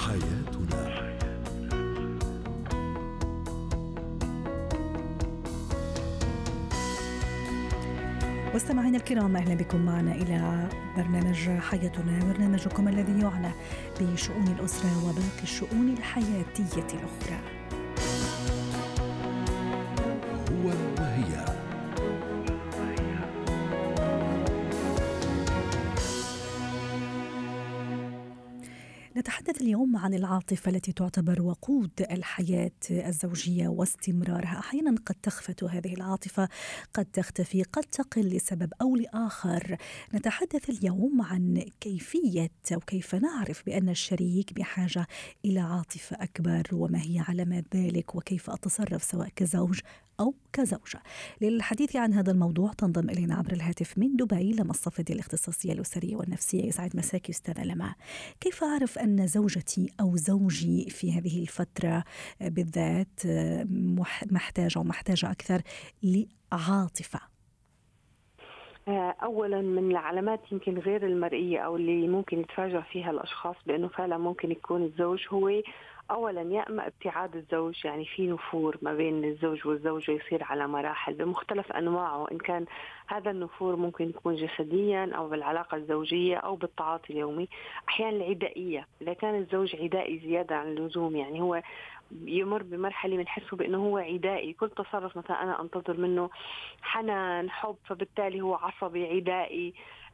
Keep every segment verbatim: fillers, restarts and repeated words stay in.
حياتنا. مستمعينا الكرام، أهلا بكم معنا إلى برنامج حياتنا، برنامجكم الذي يعنى بشؤون الأسرة وباقي الشؤون الحياتية الأخرى. هو وهي. نتحدث اليوم عن العاطفة التي تعتبر وقود الحياة الزوجية واستمرارها. أحيانا قد تخفت هذه العاطفة، قد تختفي، قد تقل لسبب أو لآخر. نتحدث اليوم عن كيفية أو كيف نعرف بأن الشريك بحاجة إلى عاطفة أكبر، وما هي علامات ذلك، وكيف أتصرف سواء كزوج أو كزوجة. للحديث عن هذا الموضوع تنضم إلينا عبر الهاتف من دبي لما الصفدي الاختصاصية الأسرية والنفسية. يسعد مساكي أستاذة لما. كيف أعرف أن زوجتي أو زوجي في هذه الفترة بالذات محتاجة ومحتاجة أكثر لعاطفة؟ أولا من العلامات يمكن غير المرئية أو اللي ممكن يتفاجأ فيها الأشخاص بأنه فعلا ممكن يكون الزوج هو أولا يا إما ابتعاد الزوج، يعني في نفور ما بين الزوج والزوجة يصير على مراحل بمختلف أنواعه، إن كان هذا النفور ممكن يكون جسديا أو بالعلاقة الزوجية أو بالتعاطي اليومي. أحيانا العدائية، إذا كان الزوج عدائي زيادة عن اللزوم، يعني هو يمر بمرحلة بنحسه بأنه هو عدائي، كل تصرف مثلا أنا أنتظر منه حنان حب، فبالتالي هو عصبي عدائي،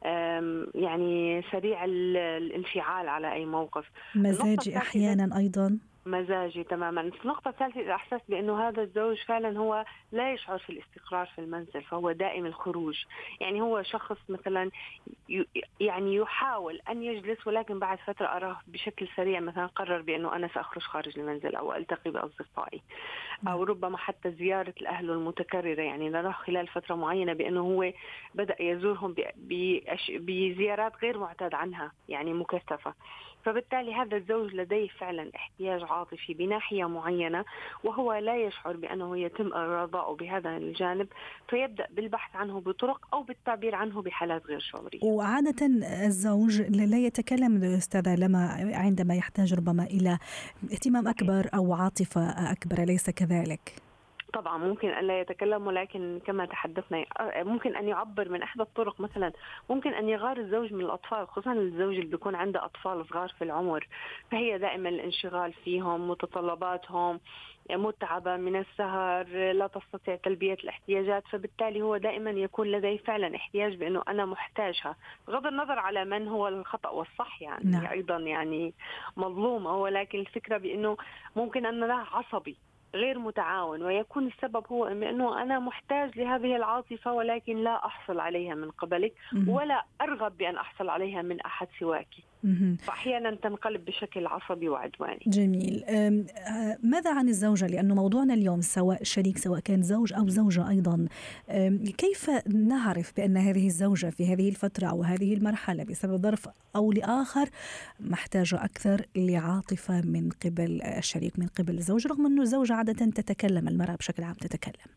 يعني سريع الانفعال على أي موقف. مزاجي أحيانا أيضا مزاجي تماما. النقطة الثالثة الإحساس بأنه هذا الزوج فعلا هو لا يشعر في الاستقرار في المنزل، فهو دائم الخروج. يعني هو شخص مثلا يعني يحاول أن يجلس، ولكن بعد فترة أراه بشكل سريع مثلا قرر بأنه أنا سأخرج خارج المنزل أو ألتقي بأصدقائي، أو ربما حتى زيارة الأهل المتكررة. يعني نراه خلال فترة معينة بأنه هو بدأ يزورهم بزيارات غير معتاد عنها، يعني مكثفة. فبالتالي هذا الزوج لديه فعلا احتياج عاطفي بناحية معينة، وهو لا يشعر بأنه يتم إرضاؤه بهذا الجانب، فيبدأ بالبحث عنه بطرق أو بالتعبير عنه بحالات غير شعورية. وعادة الزوج لا يتكلم أستاذة لما عندما يحتاج ربما إلى اهتمام أكبر أو عاطفة أكبر، أليس كذلك؟ طبعا ممكن أن لا يتكلم، ولكن كما تحدثنا ممكن أن يعبر من أحد الطرق. مثلا ممكن أن يغار الزوج من الأطفال، خصوصا الزوج اللي بيكون عنده أطفال صغار في العمر، فهي دائما الانشغال فيهم، متطلباتهم، متعبة من السهر، لا تستطيع تلبية الاحتياجات، فبالتالي هو دائما يكون لديه فعلا احتياج بأنه أنا محتاجها، بغض النظر على من هو الخطأ والصح. يعني نعم. أيضا يعني مظلومة، ولكن الفكرة بأنه ممكن أن له عصبي غير متعاون، ويكون السبب هو أنه أنا محتاج لهذه العاطفة ولكن لا أحصل عليها من قبلك، ولا أرغب بأن أحصل عليها من أحد سواك، فأحيانا تنقلب بشكل عصبي وعدواني. جميل. ماذا عن الزوجة؟ لأنه موضوعنا اليوم سواء شريك، سواء كان زوج أو زوجة أيضا، كيف نعرف بأن هذه الزوجة في هذه الفترة أو هذه المرحلة بسبب ظرف أو لآخر محتاجة أكثر لعاطفة من قبل الشريك، من قبل الزوج، رغم أنه الزوجة عادة تتكلم، المرأة بشكل عام تتكلم؟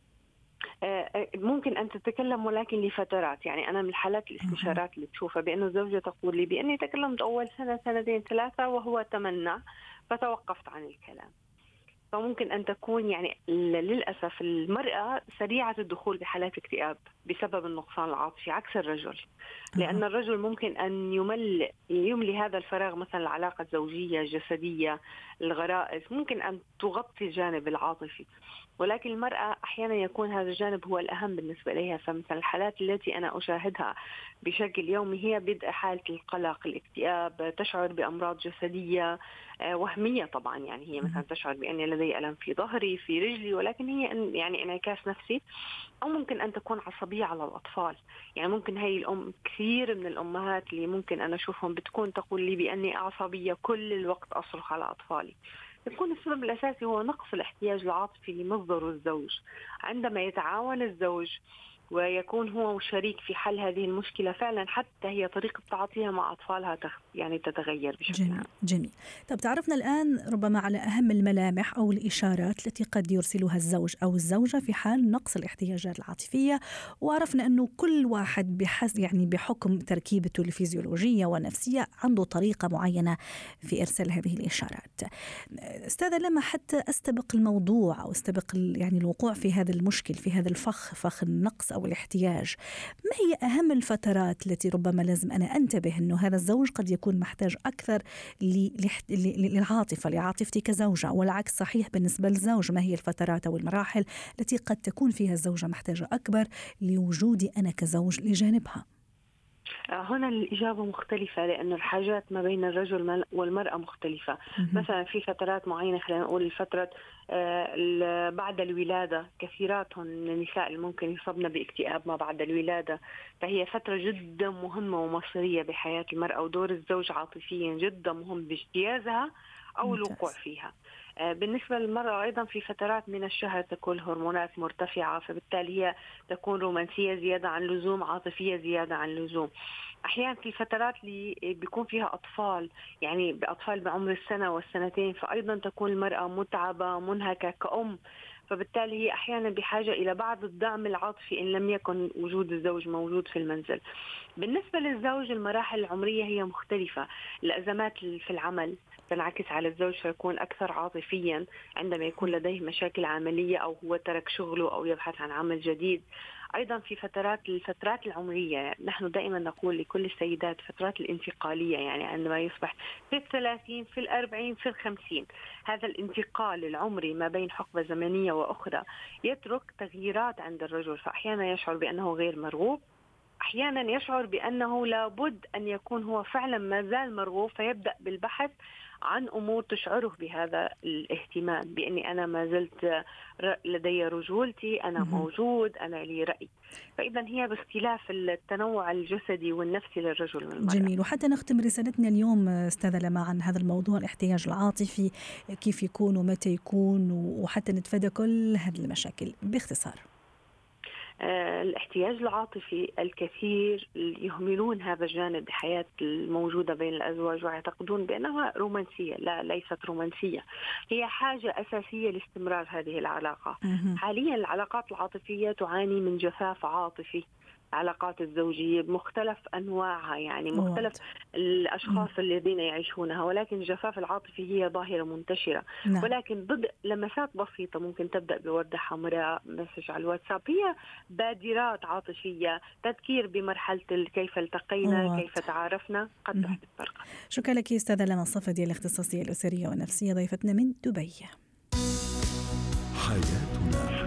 ممكن أن تتكلم ولكن لفترات. يعني أنا من الحالات الاستشارات اللي تشوفها بأنه الزوجة تقول لي بأني تكلمت أول سنة سنتين ثلاثة وهو تمنع فتوقفت عن الكلام. فممكن أن تكون يعني للأسف المرأة سريعة الدخول بحالات اكتئاب بسبب النقصان العاطفي عكس الرجل، لأن الرجل ممكن أن يمل يملي هذا الفراغ، مثلا العلاقة الزوجية الجسدية الغرائز ممكن أن تغطي الجانب العاطفي، ولكن المرأة أحيانا يكون هذا الجانب هو الأهم بالنسبة إليها. فمثلا الحالات التي أنا أشاهدها بشكل يومي هي بدء حالة القلق، الاكتئاب، تشعر بأمراض جسدية وهمية طبعا، يعني هي مثلا تشعر بأن لدي ألم في ظهري في رجلي، ولكن هي يعني انعكاس نفسي، أو ممكن أن تكون عصبية على الأطفال. يعني ممكن هاي الأم، كثير من الأمهات اللي ممكن أنا أشوفهم بتكون تقول لي بأني عصبية كل الوقت أصرخ على أطفالي. يكون السبب الأساسي هو نقص الاحتياج العاطفي لمصدر الزوج. عندما يتعاون الزوج ويكون هو شريك في حل هذه المشكلة فعلا، حتى هي طريقة تعاطيها مع أطفالها تخ... يعني تتغير بشكل جميل. عام. جميل. طب تعرفنا الآن ربما على أهم الملامح أو الإشارات التي قد يرسلها الزوج أو الزوجة في حال نقص الاحتياجات العاطفية، وعرفنا أنه كل واحد بحس يعني بحكم تركيبته الفيزيولوجية والنفسية عنده طريقة معينة في إرسال هذه الإشارات. أستاذة لما حتى أستبق الموضوع أو أستبق يعني الوقوع في هذا المشكل، في هذا الفخ، فخ النقص أو الاحتياج، ما هي أهم الفترات التي ربما لازم أنا أنتبه أنه هذا الزوج قد يكون محتاج أكثر للعاطفة لعاطفتي كزوجة، والعكس صحيح بالنسبة للزوج؟ ما هي الفترات أو المراحل التي قد تكون فيها الزوجة محتاجة أكبر لوجودي أنا كزوج لجانبها؟ هنا الإجابة مختلفة، لأن الحاجات ما بين الرجل والمرأة مختلفة. مثلا في فترات معينة، خلينا نقول الفترة بعد الولادة، كثيرات من النساء اللي ممكن يصابن باكتئاب ما بعد الولادة، فهي فترة جدا مهمة ومصيرية بحياة المرأة، ودور الزوج عاطفيا جدا مهم باجتيازها أو الوقوع فيها. بالنسبة للمرأة أيضا في فترات من الشهر تكون هرمونات مرتفعة، فبالتالي هي تكون رومانسية زيادة عن اللزوم، عاطفية زيادة عن اللزوم. أحيانا في الفترات اللي بيكون فيها أطفال، يعني بأطفال بعمر السنة والسنتين، فأيضا تكون المرأة متعبة منهكة كأم، فبالتالي هي أحيانا بحاجة إلى بعض الدعم العاطفي إن لم يكن وجود الزوج موجود في المنزل. بالنسبة للزوج المراحل العمرية هي مختلفة. الأزمات في العمل تنعكس على الزوج، فيكون أكثر عاطفيا عندما يكون لديه مشاكل عملية أو هو ترك شغله أو يبحث عن عمل جديد. أيضا في فترات الفترات العمرية، نحن دائما نقول لكل السيدات فترات الانتقالية، يعني عندما يصبح في الثلاثين، في الأربعين، في الخمسين، هذا الانتقال العمري ما بين حقبة زمنية وأخرى يترك تغييرات عند الرجل، فأحيانا يشعر بأنه غير مرغوب، أحيانا يشعر بأنه لابد أن يكون هو فعلا ما زال مرغوب، فيبدأ بالبحث عن أمور تشعره بهذا الاهتمام، بأني أنا ما زلت لدي رجولتي، أنا موجود، أنا لي رأي. فإذا هي باختلاف التنوع الجسدي والنفسي للرجل والمرأة. جميل. وحتى نختم رسالتنا اليوم أستاذة لما عن هذا الموضوع، الاحتياج العاطفي، كيف يكون ومتى يكون، وحتى نتفادى كل هذه المشاكل باختصار. الاحتياج العاطفي الكثير يهملون هذا الجانب بحياة الموجودة بين الأزواج، ويعتقدون بأنها رومانسية. لا، ليست رومانسية، هي حاجة أساسية لاستمرار هذه العلاقة. حاليا العلاقات العاطفية تعاني من جفاف عاطفي، العلاقات الزوجية بمختلف أنواعها، يعني مختلف الأشخاص الذين يعيشونها، ولكن الجفاف العاطفي هي ظاهرة منتشرة. نعم. ولكن ضد لمسات بسيطة ممكن تبدأ بوردة حمراء، مسج على الواتساب، هي بادرات عاطفية، تذكير بمرحلة كيف التقينا، أوه. كيف تعارفنا، قد تحدث فرقا. شكرا لك أستاذة لما الصفدي، الاختصاصية الأسرية والنفسية، ضيفتنا من دبي. حياتنا.